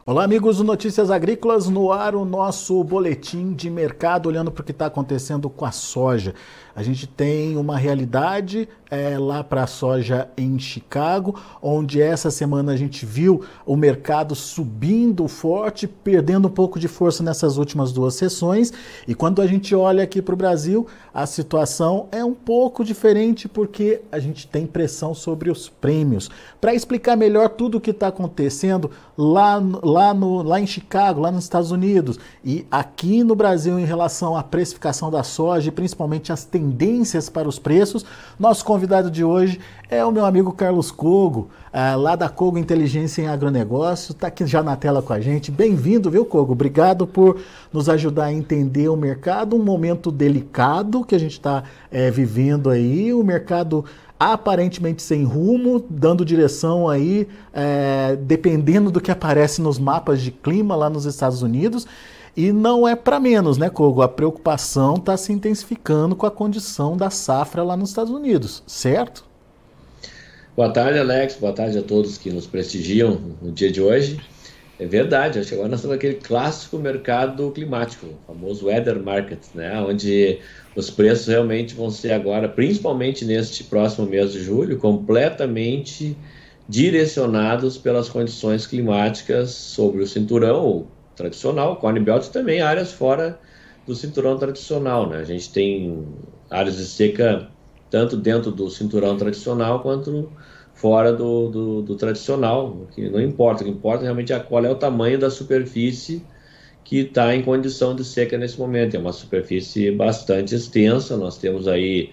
Olá, amigos do Notícias Agrícolas, no ar o nosso boletim de mercado, olhando para o que está acontecendo com a soja. A gente tem uma realidade lá para a soja em Chicago, onde essa semana a gente viu o mercado subindo forte, perdendo um pouco de força nessas últimas duas sessões. E quando a gente olha aqui para o Brasil, a situação é um pouco diferente porque a gente tem pressão sobre os prêmios. Para explicar melhor tudo o que está acontecendo lá em Chicago, lá nos Estados Unidos e aqui no Brasil em relação à precificação da soja e principalmente as tendências para os preços, nosso convidado de hoje é o meu amigo Carlos Cogo, lá da Cogo Inteligência em Agronegócio, está aqui já na tela com a gente. Bem-vindo, viu, Cogo? Obrigado por nos ajudar a entender o mercado, um momento delicado que a gente está vivendo aí, o mercado aparentemente sem rumo, dando direção aí, dependendo do que aparece nos mapas de clima lá nos Estados Unidos. E não é para menos, né, Cogo? A preocupação está se intensificando com a condição da safra lá nos Estados Unidos, certo? Boa tarde, Alex. Boa tarde a todos que nos prestigiam no dia de hoje. É verdade, acho que agora nós estamos naquele clássico mercado climático, o famoso weather market, né? Onde os preços realmente vão ser agora, principalmente neste próximo mês de julho, completamente direcionados pelas condições climáticas sobre o cinturão tradicional, Corn Belt, e também áreas fora do cinturão tradicional, né? A gente tem áreas de seca tanto dentro do cinturão tradicional quanto fora do tradicional, que não importa, o que importa realmente é qual é o tamanho da superfície que está em condição de seca nesse momento. É uma superfície bastante extensa, nós temos aí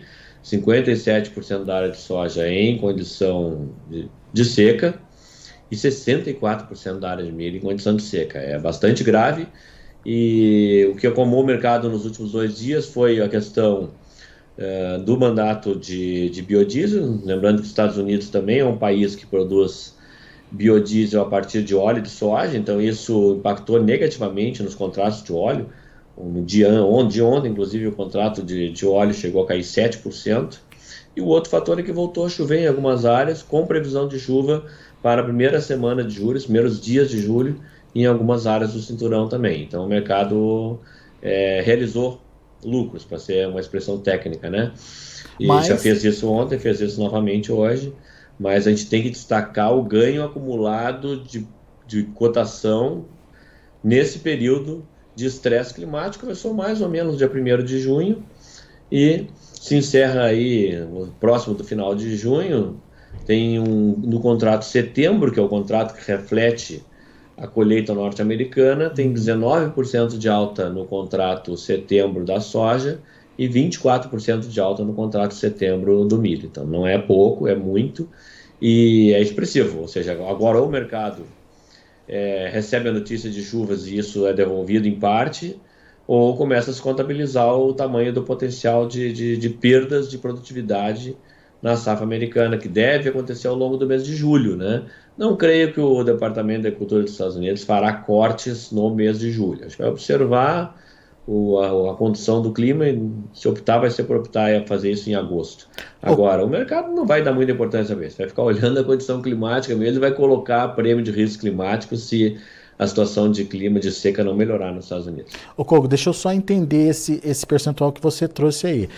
57% da área de soja em condição de seca e 64% da área de milho em condição de seca. É bastante grave e o que acalmou o mercado nos últimos 2 dias foi a questão do mandato de biodiesel, lembrando que os Estados Unidos também é um país que produz biodiesel a partir de óleo de soja, então isso impactou negativamente nos contratos de óleo. No dia de ontem, inclusive, o contrato de óleo chegou a cair 7%. E o outro fator é que voltou a chover em algumas áreas, com previsão de chuva para a primeira semana de julho, os primeiros dias de julho, em algumas áreas do cinturão também. Então o mercado realizou lucros, para ser uma expressão técnica, né? E já Mas fez isso ontem, fez isso novamente hoje, mas a gente tem que destacar o ganho acumulado de cotação nesse período de estresse climático. Começou mais ou menos dia 1º de junho e se encerra aí próximo do final de junho. Tem no contrato setembro, que é o contrato que reflete a colheita norte-americana, tem 19% de alta no contrato setembro da soja e 24% de alta no contrato setembro do milho. Então não é pouco, é muito e é expressivo. Ou seja, agora o mercado recebe a notícia de chuvas e isso é devolvido em parte, ou começa a se contabilizar o tamanho do potencial de perdas de produtividade na safra americana, que deve acontecer ao longo do mês de julho, né? Não creio que o Departamento de Agricultura dos Estados Unidos fará cortes no mês de julho. Acho que vai observar a condição do clima e, se optar, vai ser por optar a fazer isso em agosto. o, Agora, o mercado não vai dar muita importância a isso, vai ficar olhando a condição climática mesmo e vai colocar prêmio de risco climático se a situação de clima, de seca, não melhorar nos Estados Unidos. Cogo, deixa eu só entender esse percentual que você trouxe aí.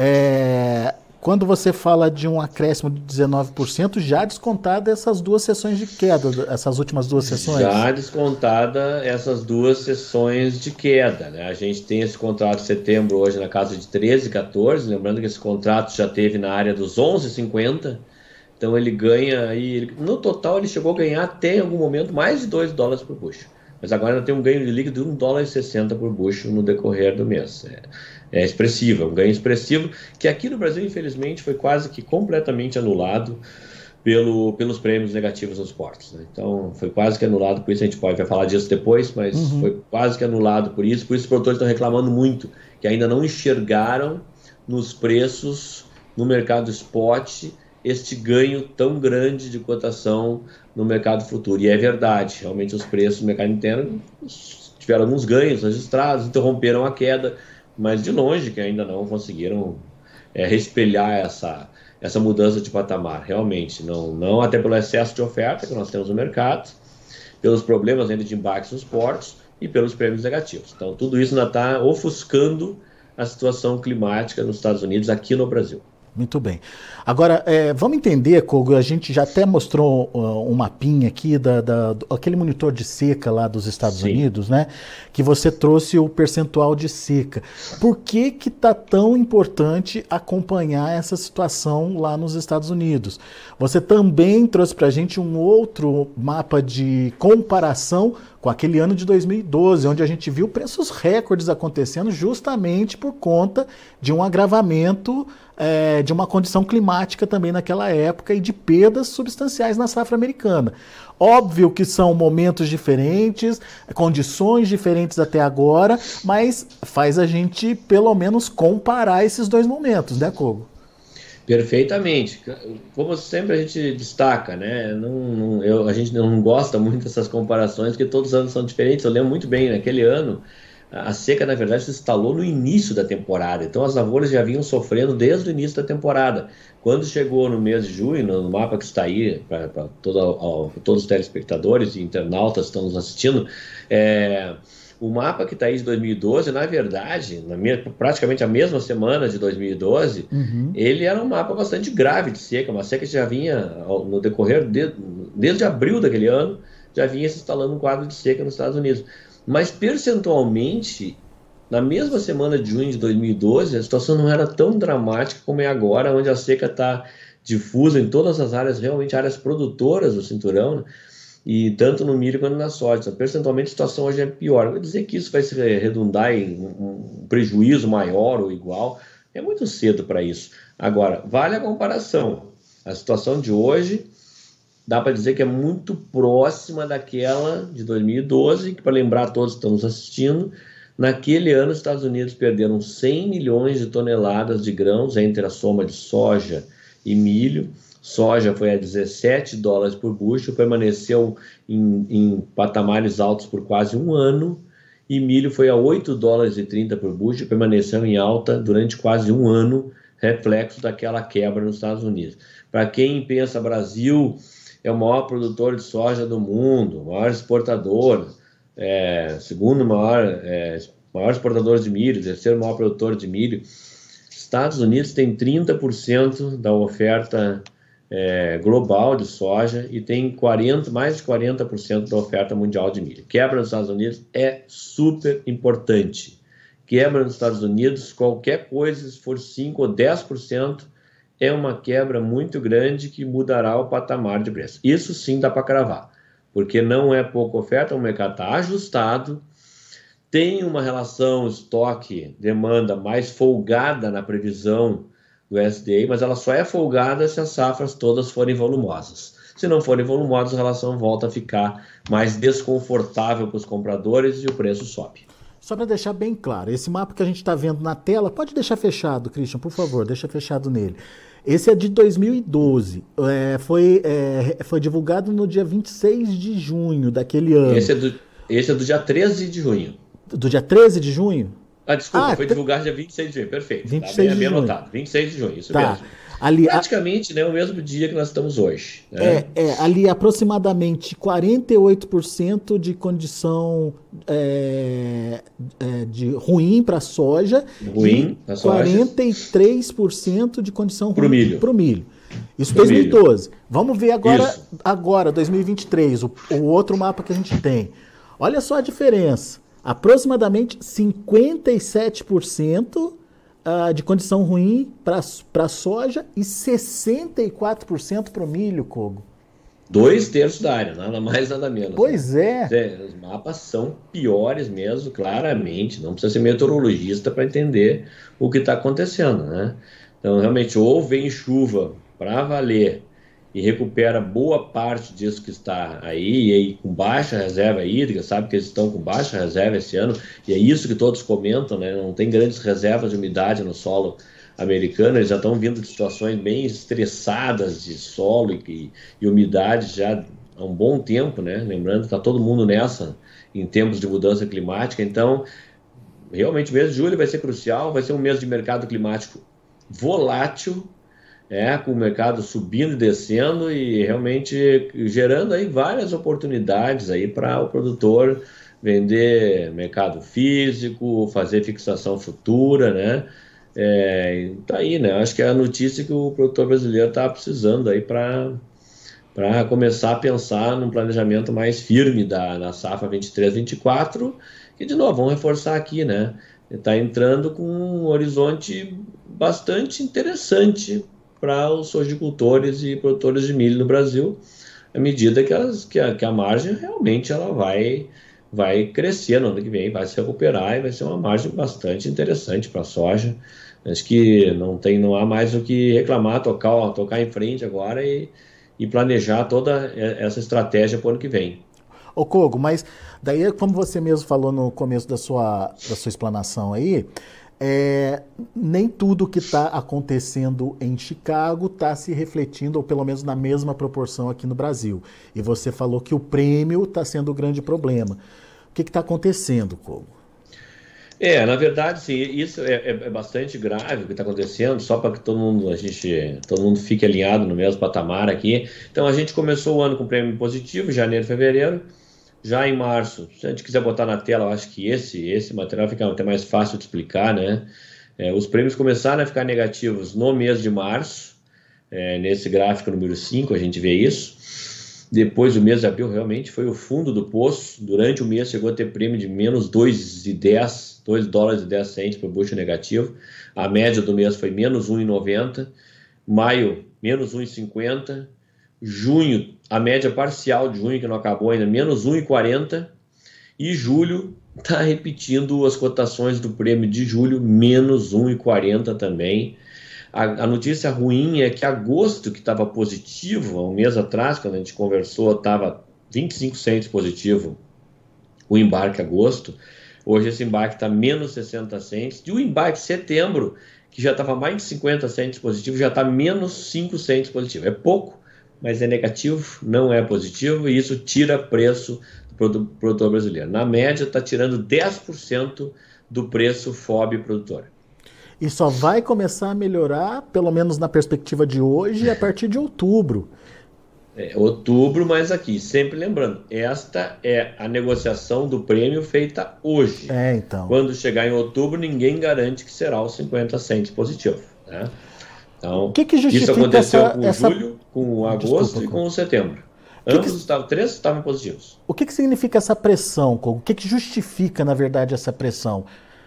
Quando você fala de um acréscimo de 19%, já descontada essas duas sessões de queda, essas últimas duas sessões? Já descontada essas duas sessões de queda, né? A gente tem esse contrato de setembro hoje na casa de 13, 14, lembrando que esse contrato já teve na área dos 11,50, então ele ganha aí, no total ele chegou a ganhar até em algum momento mais de $2 por bushel, mas agora ainda tem um ganho de líquido de $1,60 por bushel no decorrer do mês. É expressivo, é um ganho expressivo que aqui no Brasil, infelizmente, foi quase que completamente anulado pelos prêmios negativos nos portos, né? Então foi quase que anulado, por isso a gente vai falar disso depois, mas foi quase que anulado por isso os produtores estão reclamando muito, que ainda não enxergaram nos preços no mercado spot este ganho tão grande de cotação no mercado futuro. E é verdade, realmente os preços no mercado interno tiveram alguns ganhos registrados, interromperam a queda, mas de longe que ainda não conseguiram espelhar essa mudança de patamar, realmente, não até pelo excesso de oferta que nós temos no mercado, pelos problemas ainda de embarques nos portos e pelos prêmios negativos. Então, tudo isso ainda está ofuscando a situação climática nos Estados Unidos, aqui no Brasil. Muito bem. Agora, vamos entender, Kogo, a gente já até mostrou um mapinha aqui aquele monitor de seca lá dos Estados Unidos, né? Que você trouxe o percentual de seca. Por que que tá tão importante acompanhar essa situação lá nos Estados Unidos? Você também trouxe para a gente um outro mapa de comparação com aquele ano de 2012, onde a gente viu preços recordes acontecendo justamente por conta de um agravamento de uma condição climática também naquela época e de perdas substanciais na safra americana. Óbvio que são momentos diferentes, condições diferentes até agora, mas faz a gente pelo menos comparar esses dois momentos, né, Kogo? Perfeitamente. Como sempre a gente destaca, né? A gente não gosta muito dessas comparações, porque todos os anos são diferentes. Eu lembro muito bem, naquele ano, a seca, na verdade, se instalou no início da temporada. Então, as lavouras já vinham sofrendo desde o início da temporada. Quando chegou no mês de junho, no mapa que está aí, para todos os telespectadores e internautas que estão nos assistindo, o mapa que está aí de 2012, na verdade, praticamente a mesma semana de 2012, ele era um mapa bastante grave de seca, uma seca que já vinha, no decorrer, desde abril daquele ano, já vinha se instalando um quadro de seca nos Estados Unidos. Mas, percentualmente, na mesma semana de junho de 2012, a situação não era tão dramática como é agora, onde a seca está difusa em todas as áreas, realmente áreas produtoras do cinturão, né? E tanto no milho quanto na soja. Então, percentualmente, a situação hoje é pior. Vou dizer que isso vai se redundar em um prejuízo maior ou igual, é muito cedo para isso. Agora, vale a comparação. A situação de hoje dá para dizer que é muito próxima daquela de 2012, que, para lembrar todos que estão nos assistindo, naquele ano os Estados Unidos perderam 100 milhões de toneladas de grãos entre a soma de soja e milho. Soja foi a $17 por bushel, permaneceu em patamares altos por quase um ano, e milho foi a $8,30 por bushel, permaneceu em alta durante quase um ano, reflexo daquela quebra nos Estados Unidos. Para quem pensa Brasil é o maior produtor de soja do mundo, o maior exportador, segundo maior exportador de milho, terceiro maior produtor de milho, Estados Unidos tem 30% da oferta global de soja e tem mais de 40% da oferta mundial de milho. Quebra nos Estados Unidos é super importante. Quebra nos Estados Unidos, qualquer coisa, se for 5% ou 10%, é uma quebra muito grande que mudará o patamar de preço. Isso sim dá para cravar, porque não é pouca oferta, o mercado está ajustado, tem uma relação estoque-demanda mais folgada na previsão do USDA, mas ela só é folgada se as safras todas forem volumosas. Se não forem volumosas, a relação volta a ficar mais desconfortável para os compradores e o preço sobe. Só para deixar bem claro, esse mapa que a gente está vendo na tela, pode deixar fechado, Christian, por favor, deixa fechado nele. Esse é de 2012, foi divulgado no dia 26 de junho daquele ano. Esse é do dia 13 de junho. Do dia 13 de junho? Desculpa, foi divulgado dia 26 de junho, perfeito. 26 tá bem junho. anotado, 26 de junho, isso tá. mesmo. Ali, praticamente, né, o mesmo dia que nós estamos hoje. Né? Ali aproximadamente 48% de condição de ruim para a soja e 43% de condição ruim para o milho. Isso em 2012. Milho. Vamos ver agora 2023, o outro mapa que a gente tem. Olha só a diferença. Aproximadamente 57% de condição ruim para soja e 64% para o milho, Kogo. 2/3 da área, nada mais, nada menos. Pois né? Os mapas são piores mesmo, claramente. Não precisa ser meteorologista para entender o que está acontecendo, né? Então, realmente, ou vem chuva para valer e recupera boa parte disso que está aí, e aí com baixa reserva hídrica, sabe que eles estão com baixa reserva esse ano, e é isso que todos comentam, né? Não tem grandes reservas de umidade no solo americano, eles já estão vindo de situações bem estressadas de solo e umidade já há um bom tempo, né? Lembrando que está todo mundo nessa, em tempos de mudança climática, então realmente o mês de julho vai ser crucial, vai ser um mês de mercado climático volátil. com o mercado subindo e descendo e realmente gerando aí várias oportunidades aí para o produtor vender mercado físico, fazer fixação futura, né? Tá aí, né? Acho que é a notícia que o produtor brasileiro está precisando aí para começar a pensar num planejamento mais firme da safra 23-24, que de novo, vamos reforçar aqui, né? Está entrando com um horizonte bastante interessante para os sojicultores e produtores de milho no Brasil, à medida que a margem realmente ela vai crescer no ano que vem, vai se recuperar e vai ser uma margem bastante interessante para a soja. Acho que não há mais o que reclamar, tocar em frente agora e planejar toda essa estratégia para o ano que vem. Ô Kogo, mas daí, como você mesmo falou no começo da sua explanação aí, nem tudo que está acontecendo em Chicago está se refletindo, ou pelo menos na mesma proporção aqui no Brasil. E você falou que o prêmio está sendo o grande problema. O que está acontecendo, Kogo? Na verdade, sim, isso é bastante grave o que está acontecendo, só para que todo mundo fique alinhado no mesmo patamar aqui. Então, a gente começou o ano com prêmio positivo, janeiro, fevereiro. Já em março, se a gente quiser botar na tela, eu acho que esse material fica até mais fácil de explicar, né? Os prêmios começaram a ficar negativos no mês de março, nesse gráfico número 5 a gente vê isso. Depois, o mês de abril realmente foi o fundo do poço. Durante o mês chegou a ter prêmio de menos 2 dólares e 10 centes por bushel negativo. A média do mês foi menos 1,90. Maio, menos 1,50. Junho, a média parcial de junho, que não acabou ainda, menos 1,40. E julho está repetindo as cotações do prêmio de julho, menos 1,40 também. A notícia ruim é que agosto, que estava positivo, há um mês atrás, quando a gente conversou, estava 25 centes positivo o embarque agosto. Hoje esse embarque está menos 60 centes. E o embarque setembro, que já estava mais de 50 centes positivo, já está menos 5 centes positivo. É pouco, mas é negativo, não é positivo, e isso tira preço do produtor brasileiro. Na média, está tirando 10% do preço FOB produtor. E só vai começar a melhorar, pelo menos na perspectiva de hoje, a partir de outubro. Outubro, mas aqui, sempre lembrando, esta é a negociação do prêmio feita hoje. Então. Quando chegar em outubro, ninguém garante que será os 50 centes positivo, né? Então, o que justifica isso aconteceu com essa... julho, com agosto e com setembro. Três estavam positivos. O que significa essa pressão, Kogo? O que justifica, na verdade, essa pressão?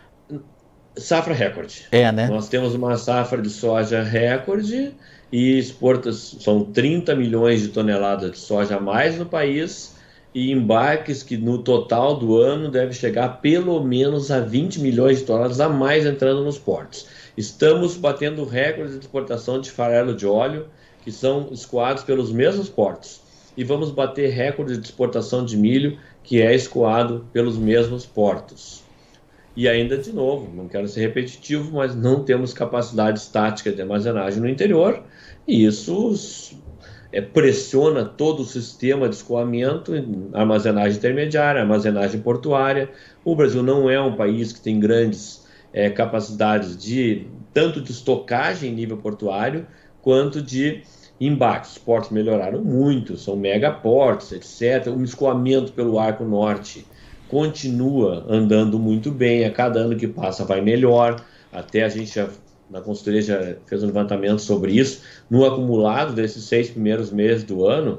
Safra recorde. Né? Nós temos uma safra de soja recorde e são 30 milhões de toneladas de soja a mais no país e embarques que no total do ano deve chegar pelo menos a 20 milhões de toneladas a mais entrando nos portos. Estamos batendo recordes de exportação de farelo de óleo que são escoados pelos mesmos portos. E vamos bater recorde de exportação de milho que é escoado pelos mesmos portos. E ainda, de novo, não quero ser repetitivo, mas não temos capacidade estática de armazenagem no interior, e isso pressiona todo o sistema de escoamento, armazenagem intermediária, armazenagem portuária. O Brasil não é um país que tem grandes capacidades tanto de estocagem em nível portuário, quanto de embarques. Os portos melhoraram muito, são megaportos, etc. O escoamento pelo Arco Norte continua andando muito bem, a cada ano que passa vai melhor, até a gente na consultoria já fez um levantamento sobre isso. No acumulado desses 6 primeiros meses do ano,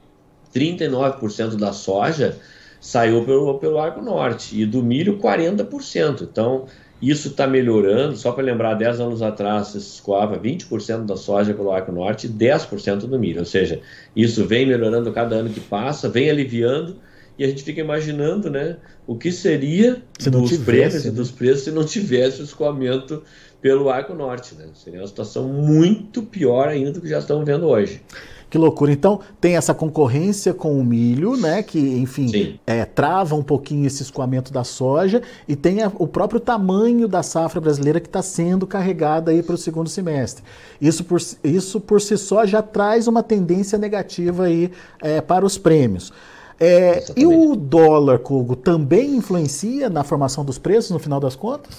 39% da soja saiu pelo Arco Norte e do milho 40%. Então isso está melhorando. Só para lembrar, 10 anos atrás se escoava 20% da soja pelo Arco Norte e 10% do milho, ou seja, isso vem melhorando cada ano que passa, vem aliviando. E a gente fica imaginando, né, o que seria dos prêmios e dos preços se não tivesse o escoamento pelo Arco Norte, né? Seria uma situação muito pior ainda do que já estamos vendo hoje. Que loucura. Então, tem essa concorrência com o milho, né, que, enfim, trava um pouquinho esse escoamento da soja, e tem o próprio tamanho da safra brasileira que está sendo carregada aí para o segundo semestre. Isso por si só já traz uma tendência negativa aí para os prêmios. E o dólar, Kogo, também influencia na formação dos preços no final das contas?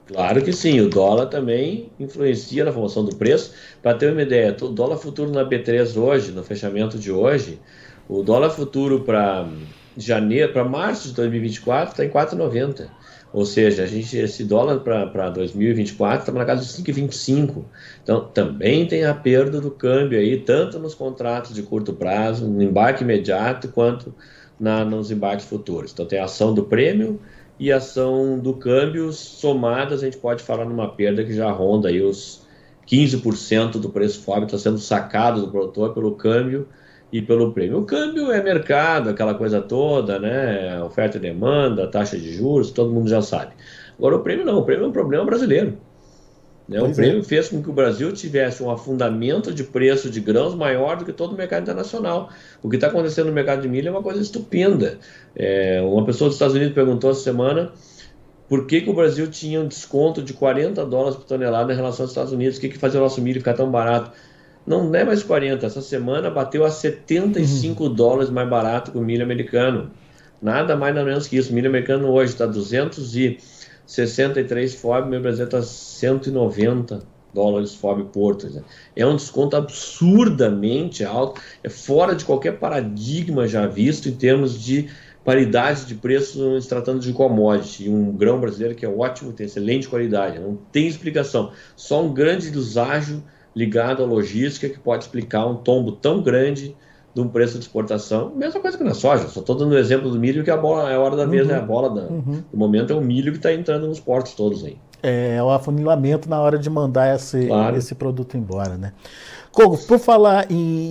Claro que sim, o dólar também influencia na formação do preço. Para ter uma ideia, o dólar futuro na B3 hoje, no fechamento de hoje, o dólar futuro para janeiro, para março de 2024 está em 4,90. Ou seja, esse dólar para 2024 está na casa de 5,25. Então, também tem a perda do câmbio aí, tanto nos contratos de curto prazo, no embarque imediato, quanto nos embarques futuros. Então, tem a ação do prêmio e a ação do câmbio somadas, a gente pode falar numa perda que já ronda aí os 15% do preço FOB está sendo sacado do produtor pelo câmbio e pelo prêmio. O câmbio é mercado, aquela coisa toda, né? Oferta e demanda, taxa de juros, todo mundo já sabe. Agora o prêmio não, o prêmio é um problema brasileiro. Né? O Pois é. prêmio fez com que o Brasil tivesse um afundamento de preço de grãos maior do que todo o mercado internacional. O que está acontecendo no mercado de milho é uma coisa estupenda. Uma pessoa dos Estados Unidos perguntou essa semana por que o Brasil tinha um desconto de $40 por tonelada em relação aos Estados Unidos. O que fazia o nosso milho ficar tão barato? Não é mais 40. Essa semana bateu a $75 mais barato que o milho americano. Nada mais nada menos que isso. O milho americano hoje está 263 FOB, meu Brasil está $190 FOB Porto. É um desconto absurdamente alto, é fora de qualquer paradigma já visto em termos de paridade de preço se tratando de commodity. E um grão brasileiro que é ótimo, tem excelente qualidade, não tem explicação. Só um grande deságio ligado à logística que pode explicar um tombo tão grande de um preço de exportação. Mesma coisa que na soja, só estou dando o exemplo do milho, que a bola é a hora da vez, né? A bola do momento é o milho que está entrando nos portos todos aí. É o afunilamento na hora de mandar Claro. esse produto embora, né? Kogo, por falar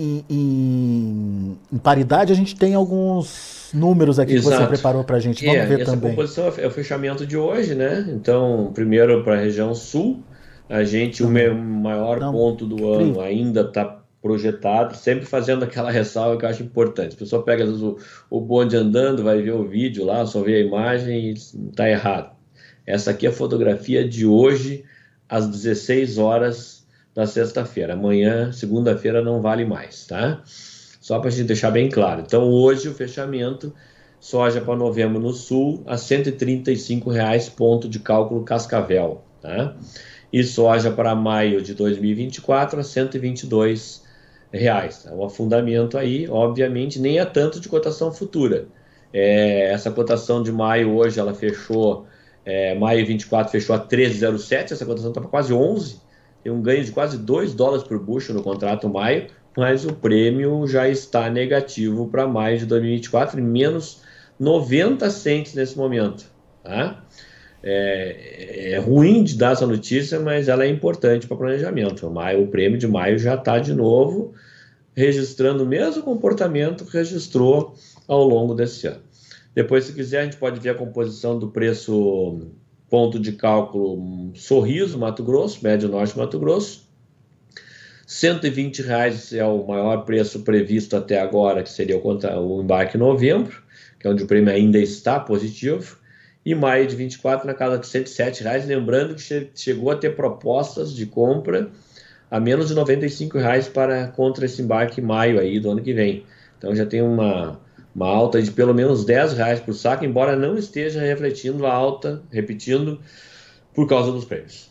em paridade, a gente tem alguns números aqui Exato. que você preparou para a gente. Vamos ver essa também. composição é o fechamento de hoje, né? Então, primeiro para a região sul, a gente, o maior ponto do ano ainda está projetado, sempre fazendo aquela ressalva que eu acho importante. A pessoa pega, às vezes, o bonde andando, vai ver o vídeo lá, só vê a imagem e está errado. Essa aqui é a fotografia de hoje, às 16 horas da sexta-feira. Amanhã, segunda-feira, não vale mais, tá? Só para a gente deixar bem claro. Então, hoje, o fechamento, soja para novembro no sul, a R$ 135,00, ponto de cálculo Cascavel, tá? E soja para maio de 2024, a R$ 122,00. O afundamento aí, obviamente, nem é tanto de cotação futura. Essa cotação de maio hoje, ela fechou... maio 24 fechou a 13,07, essa cotação está para quase 11, tem um ganho de quase $2 por bushel no contrato maio, mas o prêmio já está negativo para maio de 2024, menos 90 cents nesse momento. Tá? É ruim de dar essa notícia, mas ela é importante para planejamento. O prêmio de maio já está de novo registrando o mesmo comportamento que registrou ao longo desse ano. Depois, se quiser, a gente pode ver a composição do preço ponto de cálculo Sorriso, Mato Grosso, Médio Norte, Mato Grosso. R$ 120,00 é o maior preço previsto até agora, que seria o embarque em novembro, que é onde o prêmio ainda está positivo. E maio de 24 na casa de R$ 107,00, lembrando que chegou a ter propostas de compra a menos de R$ 95,00 contra esse embarque em maio aí do ano que vem. Então já tem uma alta de pelo menos R$ 10,00 por saco, embora não esteja refletindo a alta, repetindo, por causa dos prêmios.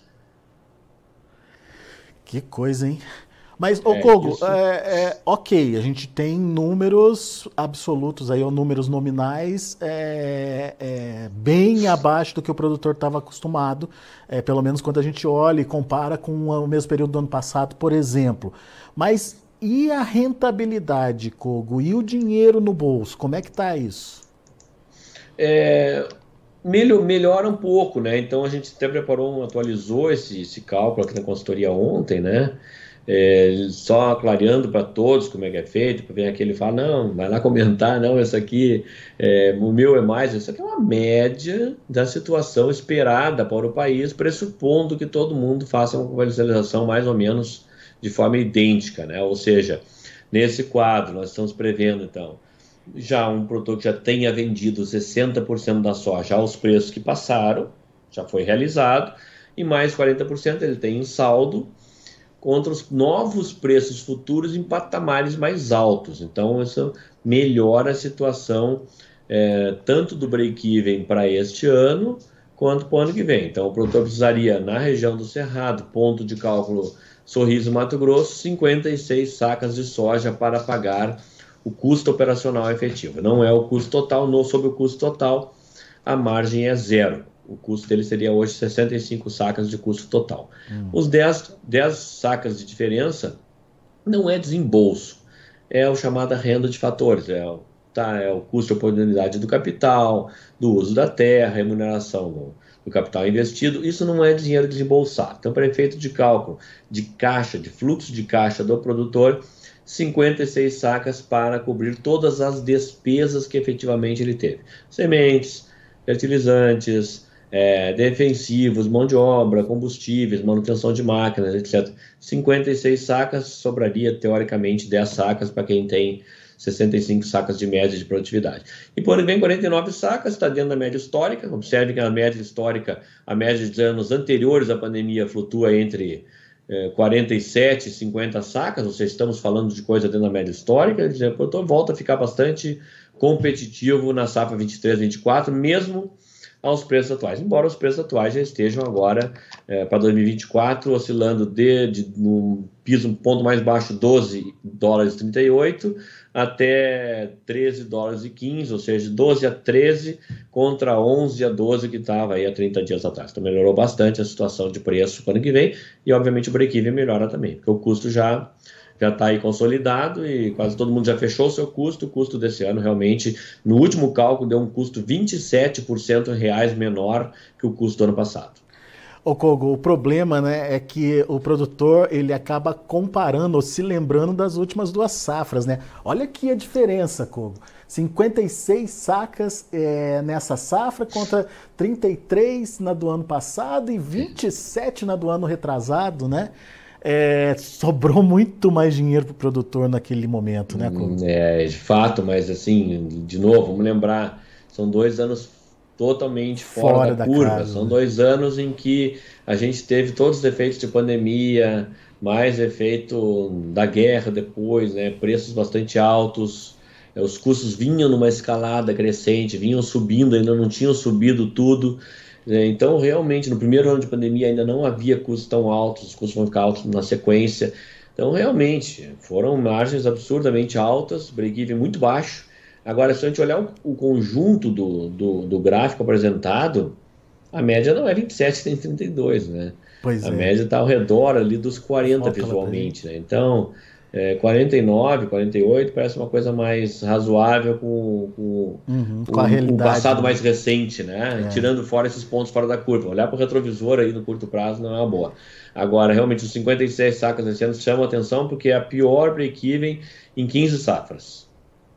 Que coisa, hein? Mas, Kogo, ok, a gente tem números absolutos aí, ou números nominais bem abaixo do que o produtor estava acostumado, pelo menos quando a gente olha e compara com o mesmo período do ano passado, por exemplo. Mas e a rentabilidade, Kogo? E o dinheiro no bolso? Como é que está isso? Melhora um pouco, né? Então a gente até atualizou esse cálculo aqui na consultoria ontem, né? Só clareando para todos como é que é feito, para ver aquele fala, não, vai lá comentar, não, isso aqui, o meu é mais, isso aqui é uma média da situação esperada para o país, pressupondo que todo mundo faça uma comercialização mais ou menos de forma idêntica, né? Ou seja, nesse quadro nós estamos prevendo, então, já um produtor que já tenha vendido 60% da soja aos preços que passaram, já foi realizado, e mais 40% ele tem em saldo contra os novos preços futuros em patamares mais altos. Então, isso melhora a situação tanto do break-even para este ano, quanto para o ano que vem. Então, o produtor precisaria, na região do Cerrado, ponto de cálculo Sorriso, Mato Grosso, 56 sacas de soja para pagar o custo operacional efetivo. Não é o custo total, sobre o custo total, a margem é zero. O custo dele seria hoje 65 sacas de custo total. Os 10 sacas de diferença não é desembolso, é o chamado renda de fatores, é o custo de oportunidade do capital, do uso da terra, remuneração do capital investido. Isso não é dinheiro desembolsado. Então, para efeito de cálculo de caixa, de fluxo de caixa do produtor, 56 sacas para cobrir todas as despesas que efetivamente ele teve. Sementes, fertilizantes, defensivos, mão de obra, combustíveis, manutenção de máquinas, etc. 56 sacas, sobraria teoricamente 10 sacas para quem tem 65 sacas de média de produtividade. E por ano vem 49 sacas, está dentro da média histórica. Observe que a média histórica, a média de anos anteriores à pandemia flutua entre 47 e 50 sacas, ou seja, estamos falando de coisa dentro da média histórica. O produtor volta a ficar bastante competitivo na safra 23-24, mesmo aos preços atuais, embora os preços atuais já estejam agora para 2024 oscilando no piso um ponto mais baixo, $12,38 até $13,15, ou seja, 12 a 13 contra 11 a 12 que estava aí há 30 dias atrás. Então melhorou bastante a situação de preço para o ano que vem e obviamente o break-even melhora também, porque o custo já está aí consolidado e quase todo mundo já fechou o seu custo. O custo desse ano realmente, no último cálculo, deu um custo 27% reais menor que o custo do ano passado. Ô Kogo, o problema, né, é que o produtor ele acaba comparando ou se lembrando das últimas 2 safras, né? Olha aqui a diferença, Kogo. 56 sacas nessa safra contra 33 na do ano passado e 27 na do ano retrasado, né? Sobrou muito mais dinheiro para o produtor naquele momento, né, Kogo? De fato, mas assim, de novo, vamos lembrar, são 2 anos totalmente fora da curva, casa, são 2 anos em que a gente teve todos os efeitos de pandemia, mais efeito da guerra depois, né, preços bastante altos, os custos vinham numa escalada crescente, vinham subindo, ainda não tinham subido tudo. Então, realmente, no primeiro ano de pandemia ainda não havia custos tão altos, os custos vão ficar altos na sequência. Então, realmente, foram margens absurdamente altas, break-even muito baixo. Agora, se a gente olhar o conjunto do gráfico apresentado, a média não é 27 nem 32, né? A média está ao redor ali dos 40 visualmente, né? Então, 49, 48 parece uma coisa mais razoável com a realidade, o passado mais recente, né? Tirando fora esses pontos fora da curva. Olhar para o retrovisor aí no curto prazo não é uma boa. Agora, realmente, os 56 sacas esse ano chamam atenção porque é a pior break-even em 15 safras.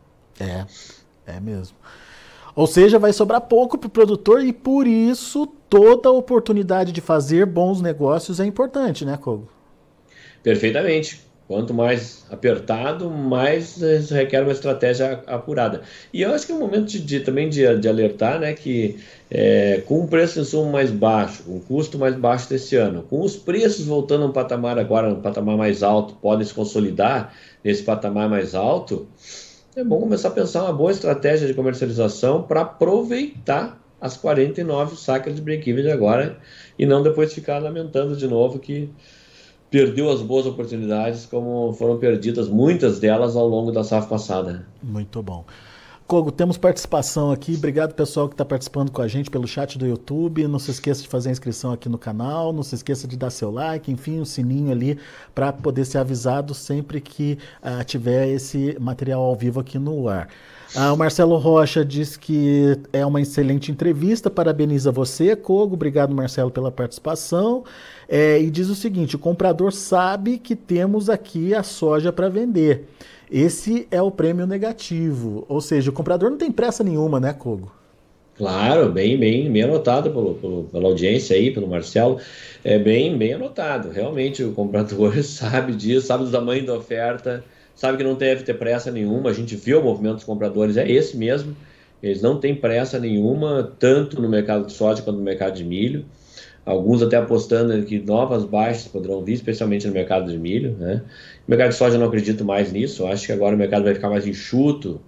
É mesmo. Ou seja, vai sobrar pouco para o produtor e por isso toda a oportunidade de fazer bons negócios é importante, né, Kogo? Perfeitamente. Quanto mais apertado, mais isso requer uma estratégia apurada. E eu acho que é um momento também de alertar, né, que com o preço de insumo mais baixo, com o custo mais baixo desse ano, com os preços voltando a um patamar agora, um patamar mais alto, podem se consolidar nesse patamar mais alto, é bom começar a pensar uma boa estratégia de comercialização para aproveitar as 49 sacas de break-even de agora e não depois ficar lamentando de novo que perdeu as boas oportunidades como foram perdidas muitas delas ao longo da safra passada. Muito bom. Kogo, temos participação aqui. Obrigado, pessoal, que está participando com a gente pelo chat do YouTube. Não se esqueça de fazer a inscrição aqui no canal. Não se esqueça de dar seu like, enfim, o sininho ali para poder ser avisado sempre que tiver esse material ao vivo aqui no ar. O Marcelo Rocha diz que é uma excelente entrevista. Parabeniza você, Kogo. Obrigado, Marcelo, pela participação. E diz o seguinte: o comprador sabe que temos aqui a soja para vender. Esse é o prêmio negativo, ou seja, o comprador não tem pressa nenhuma, né, Kogo? Claro, bem anotado pela audiência aí, pelo Marcelo, bem anotado. Realmente o comprador sabe disso, sabe do tamanho da oferta, sabe que não deve ter pressa nenhuma. A gente viu o movimento dos compradores, é esse mesmo, eles não têm pressa nenhuma, tanto no mercado de soja quanto no mercado de milho. Alguns até apostando que novas baixas poderão vir, especialmente no mercado de milho, né? No mercado de soja eu não acredito mais nisso, eu acho que agora o mercado vai ficar mais enxuto,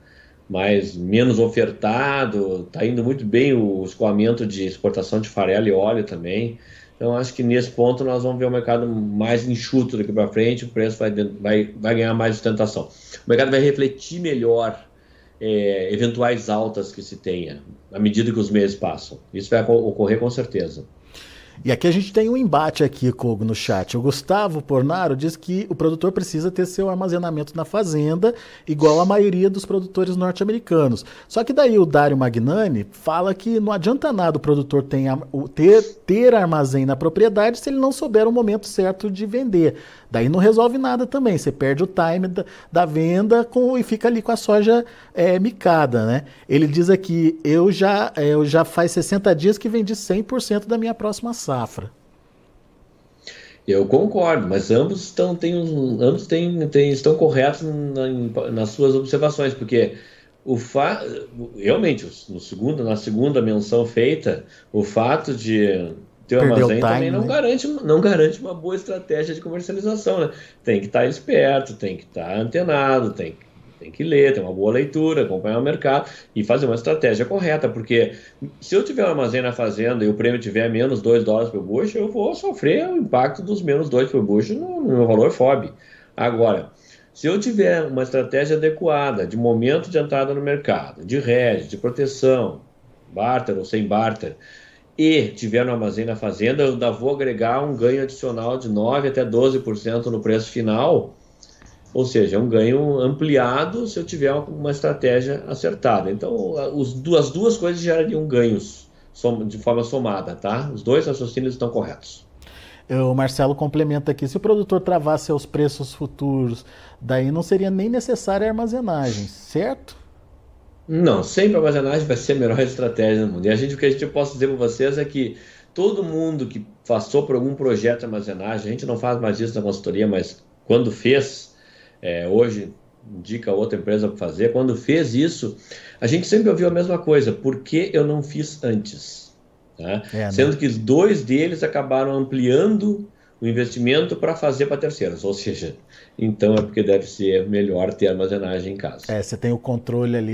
menos ofertado, está indo muito bem o escoamento de exportação de farelo e óleo também. Então, acho que nesse ponto nós vamos ver um mercado mais enxuto daqui para frente, o preço vai ganhar mais sustentação. O mercado vai refletir melhor eventuais altas que se tenha, à medida que os meses passam. Isso vai ocorrer com certeza. E aqui a gente tem um embate aqui, Kogo, no chat. O Gustavo Pornaro diz que o produtor precisa ter seu armazenamento na fazenda, igual a maioria dos produtores norte-americanos. Só que daí o Dário Magnani fala que não adianta nada o produtor ter armazém na propriedade se ele não souber o momento certo de vender. Daí não resolve nada também, você perde o time da venda e fica ali com a soja micada, né? Ele diz aqui, eu já faz 60 dias que vendi 100% da minha próxima safra. Eu concordo, mas ambos estão corretos nas suas observações, porque realmente, na segunda menção feita, o fato de ter um armazém também não garante uma boa estratégia de comercialização, né? Tem que estar esperto, tem que estar antenado, tem que ler, ter uma boa leitura, acompanhar o mercado e fazer uma estratégia correta, porque se eu tiver um armazém na fazenda e o prêmio tiver menos $2 por bushel, eu vou sofrer o impacto dos menos 2 por bushel no meu valor FOB. Agora, se eu tiver uma estratégia adequada de momento de entrada no mercado, de hedge, de proteção, barter ou sem barter, e tiver no armazém na fazenda, eu ainda vou agregar um ganho adicional de 9% até 12% no preço final, ou seja, é um ganho ampliado se eu tiver uma estratégia acertada. Então, as duas coisas gerariam ganhos de forma somada, tá? Os dois raciocínios estão corretos. O Marcelo complementa aqui, se o produtor travar seus preços futuros, daí não seria nem necessária a armazenagem, certo? Não, sempre a armazenagem vai ser a melhor estratégia do mundo. E o que a gente posso dizer para vocês é que todo mundo que passou por algum projeto de armazenagem, a gente não faz mais isso na consultoria, mas quando fez, hoje indica outra empresa para fazer, quando fez isso, a gente sempre ouviu a mesma coisa, por que eu não fiz antes? Tá? Sendo que 2 deles acabaram ampliando o investimento para fazer para terceiros, ou seja, então é porque deve ser melhor ter armazenagem em casa. Você tem o controle ali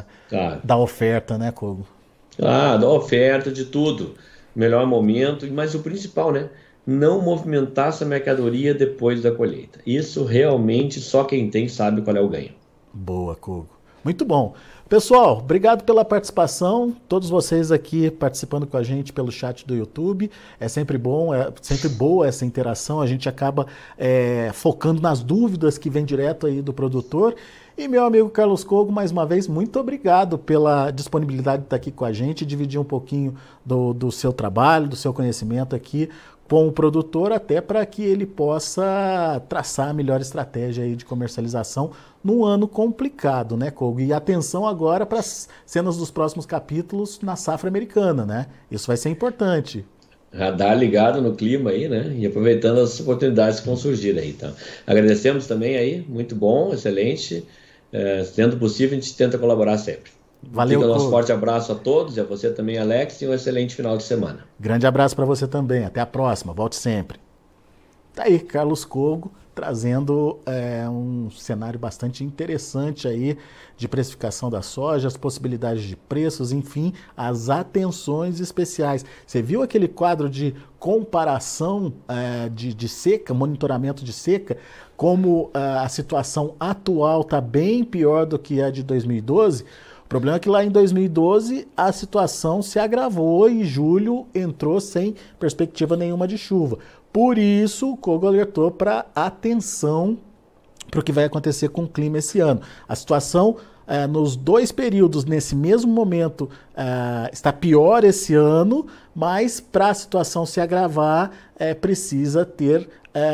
da oferta, né, Kogo? Da oferta, de tudo. Melhor momento, mas o principal, né? Não movimentar essa mercadoria depois da colheita. Isso realmente só quem tem sabe qual é o ganho. Boa, Kogo. Muito bom. Pessoal, obrigado pela participação, todos vocês aqui participando com a gente pelo chat do YouTube, é sempre bom, é sempre boa essa interação, a gente acaba focando nas dúvidas que vem direto aí do produtor. E meu amigo Carlos Kogo, mais uma vez, muito obrigado pela disponibilidade de estar aqui com a gente, dividir um pouquinho do seu trabalho, do seu conhecimento aqui com o produtor, até para que ele possa traçar a melhor estratégia aí de comercialização num ano complicado, né, Kogo? E atenção agora para as cenas dos próximos capítulos na safra americana, né? Isso vai ser importante. Radar ligado no clima aí, né? E aproveitando as oportunidades que vão surgir aí. Então, agradecemos também aí, muito bom, excelente. Sendo possível, a gente tenta colaborar sempre. Valeu, Fica o nosso forte abraço a todos, e a você também, Alex, e um excelente final de semana. Grande abraço para você também, até a próxima, volte sempre. Tá aí, Carlos Kogo, trazendo um cenário bastante interessante aí de precificação da soja, as possibilidades de preços, enfim, as atenções especiais. Você viu aquele quadro de comparação de seca, monitoramento de seca, como a situação atual está bem pior do que a de 2012? O problema é que lá em 2012 a situação se agravou e julho entrou sem perspectiva nenhuma de chuva. Por isso o Kogo alertou para atenção para o que vai acontecer com o clima esse ano. A situação nos 2 períodos, nesse mesmo momento, está pior esse ano, mas para a situação se agravar, precisa ter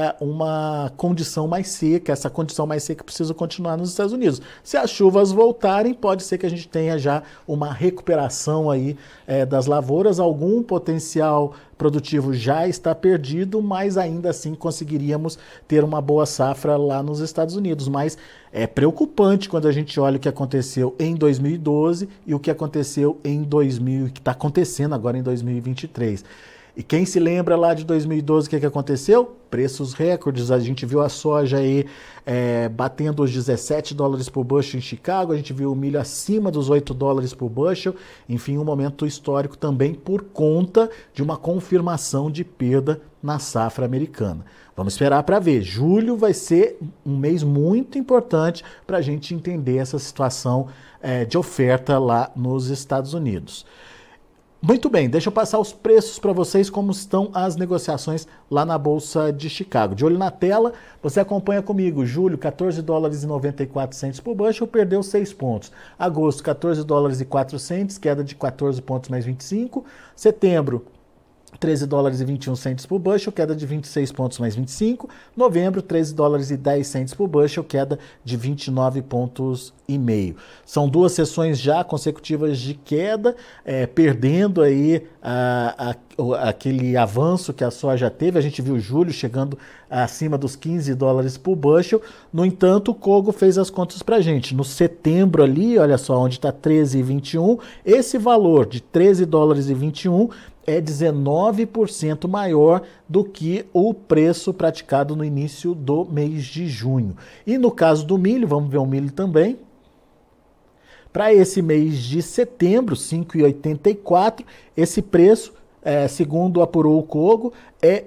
uma condição mais seca. Essa condição mais seca precisa continuar nos Estados Unidos. Se as chuvas voltarem, pode ser que a gente tenha já uma recuperação aí das lavouras, algum potencial produtivo já está perdido, mas ainda assim conseguiríamos ter uma boa safra lá nos Estados Unidos. Mas é preocupante quando a gente olha o que aconteceu em 2012 e o que aconteceu em que está acontecendo agora em 2023. E quem se lembra lá de 2012, o que aconteceu? Preços recordes, a gente viu a soja aí batendo os 17 dólares por bushel em Chicago, a gente viu o milho acima dos 8 dólares por bushel, enfim, um momento histórico também por conta de uma confirmação de perda na safra americana. Vamos esperar para ver. Julho vai ser um mês muito importante para a gente entender essa situação de oferta lá nos Estados Unidos. Muito bem, deixa eu passar os preços para vocês, como estão as negociações lá na Bolsa de Chicago. De olho na tela, você acompanha comigo. Julho, 14 dólares e 94 centos por bushel, perdeu 6 pontos. Agosto, 14 dólares e 4 centos, queda de 14 pontos mais 25. Setembro, 13 dólares e 21 centos por bushel, queda de 26 pontos mais 25. Novembro, 13 dólares e 10 centos por bushel, queda de 29 pontos e meio. São duas sessões já consecutivas de queda, perdendo aí aquele avanço que a soja teve. A gente viu julho chegando acima dos 15 dólares por bushel. No entanto, o Kogo fez as contas para a gente. No setembro ali, olha só, onde está 13,21, esse valor de 13 dólares e 21 é 19% maior do que o preço praticado no início do mês de junho. E no caso do milho, vamos ver o milho também. Para esse mês de setembro, 5,84, esse preço, segundo apurou o Kogo, é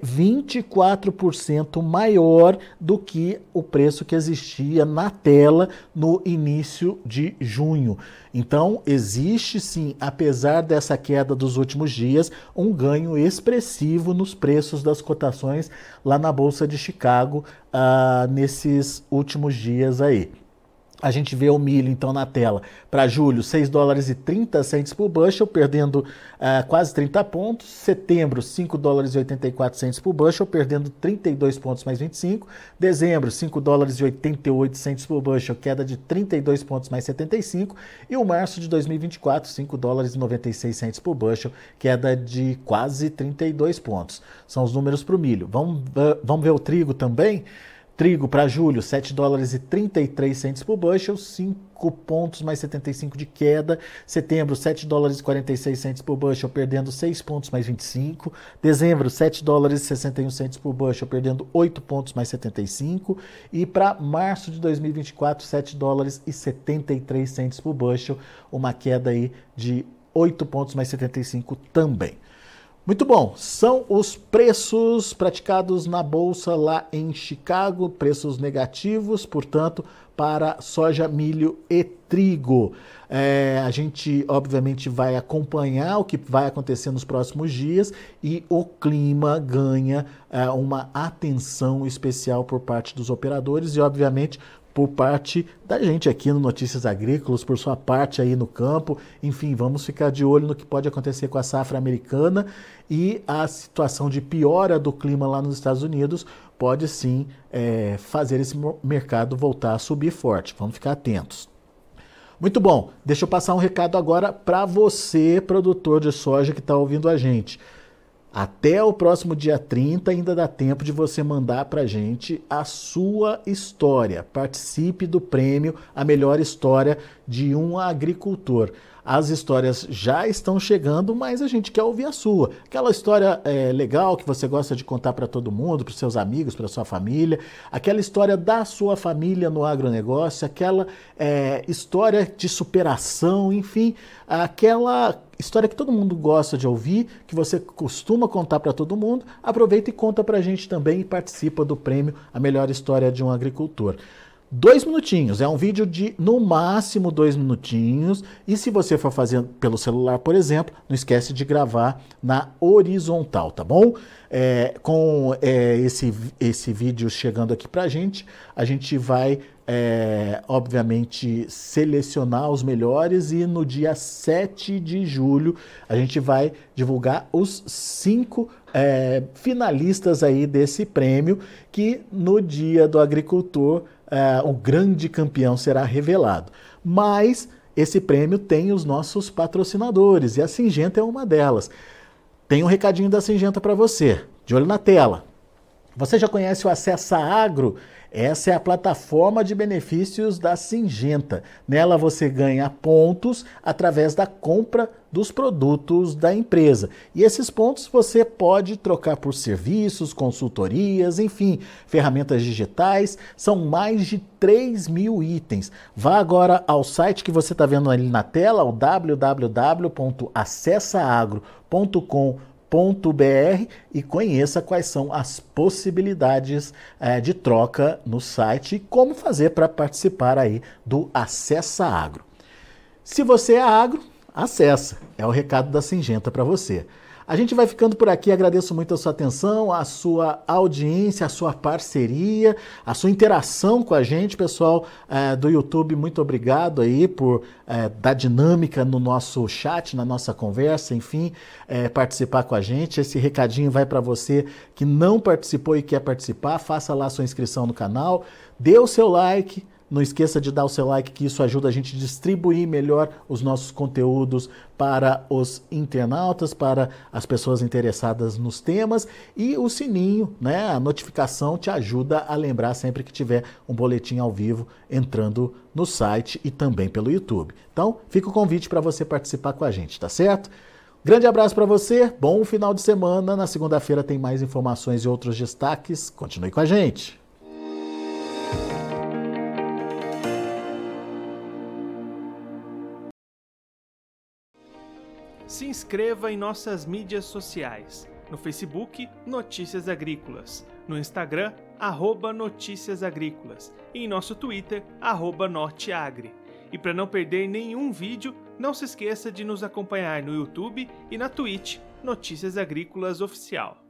24% maior do que o preço que existia na tela no início de junho. Então, existe sim, apesar dessa queda dos últimos dias, um ganho expressivo nos preços das cotações lá na Bolsa de Chicago nesses últimos dias aí. A gente vê o milho, então, na tela. Para julho, 6 dólares e 30 centos por bushel, perdendo quase 30 pontos. Setembro, 5 dólares e 84 centos por bushel, perdendo 32 pontos mais 25. Dezembro, 5 dólares e 88 centos por bushel, queda de 32 pontos mais 75. E o março de 2024, 5 dólares e 96 centos por bushel, queda de quase 32 pontos. São os números para o milho. Vamos ver o trigo também? Trigo para julho, 7 dólares e 33 centos por bushel, 5 pontos mais 75 de queda. Setembro, 7 dólares e 46 centos por bushel, perdendo 6 pontos mais 25. Dezembro, 7 dólares e 61 centos por bushel, perdendo 8 pontos mais 75. E para março de 2024, 7 dólares e 73 centos por bushel, uma queda aí de 8 pontos mais 75 também. Muito bom, são os preços praticados na Bolsa lá em Chicago, preços negativos, portanto, para soja, milho e trigo. A gente, obviamente, vai acompanhar o que vai acontecer nos próximos dias e o clima ganha uma atenção especial por parte dos operadores e, obviamente, por parte da gente aqui no Notícias Agrícolas, por sua parte aí no campo. Enfim, vamos ficar de olho no que pode acontecer com a safra americana e a situação de piora do clima lá nos Estados Unidos pode sim fazer esse mercado voltar a subir forte. Vamos ficar atentos. Muito bom, deixa eu passar um recado agora para você, produtor de soja que está ouvindo a gente. Até o próximo dia 30 ainda dá tempo de você mandar para a gente a sua história. Participe do prêmio A Melhor História de um Agricultor. As histórias já estão chegando, mas a gente quer ouvir a sua. Aquela história legal que você gosta de contar para todo mundo, para os seus amigos, para a sua família. Aquela história da sua família no agronegócio, aquela história de superação, enfim, aquela história que todo mundo gosta de ouvir, que você costuma contar para todo mundo. Aproveita e conta para a gente também e participa do prêmio A Melhor História de um Agricultor. 2 minutinhos, é um vídeo de no máximo 2 minutinhos, e se você for fazer pelo celular, por exemplo, não esquece de gravar na horizontal, tá bom? Com esse vídeo chegando aqui pra gente, a gente vai obviamente selecionar os melhores e no dia 7 de julho a gente vai divulgar os 5 finalistas aí desse prêmio, que no dia do agricultor o grande campeão será revelado. Mas esse prêmio tem os nossos patrocinadores e a Syngenta é uma delas. Tem um recadinho da Syngenta para você, de olho na tela. Você já conhece o Acessa Agro? Essa é a plataforma de benefícios da Syngenta. Nela você ganha pontos através da compra dos produtos da empresa. E esses pontos você pode trocar por serviços, consultorias, enfim, ferramentas digitais. São mais de 3.000 itens. Vá agora ao site que você está vendo ali na tela, o www.acessaagro.com.br, e conheça quais são as possibilidades de troca no site e como fazer para participar aí do Acessa Agro. Se você é agro, acessa. É o recado da Syngenta para você. A gente vai ficando por aqui, agradeço muito a sua atenção, a sua audiência, a sua parceria, a sua interação com a gente, pessoal do YouTube, muito obrigado aí por dar dinâmica no nosso chat, na nossa conversa, enfim, participar com a gente. Esse recadinho vai para você que não participou e quer participar, faça lá a sua inscrição no canal, dê o seu like. Não esqueça de dar o seu like, que isso ajuda a gente a distribuir melhor os nossos conteúdos para os internautas, para as pessoas interessadas nos temas. E o sininho, né, a notificação te ajuda a lembrar sempre que tiver um boletim ao vivo entrando no site e também pelo YouTube. Então, fica o convite para você participar com a gente, tá certo? Grande abraço para você, bom final de semana. Na segunda-feira tem mais informações e outros destaques. Continue com a gente. Se inscreva em nossas mídias sociais. No Facebook, Notícias Agrícolas. No Instagram, @Notícias Agrícolas. E em nosso Twitter, @Norteagri. E para não perder nenhum vídeo, não se esqueça de nos acompanhar no YouTube e na Twitch, Notícias Agrícolas Oficial.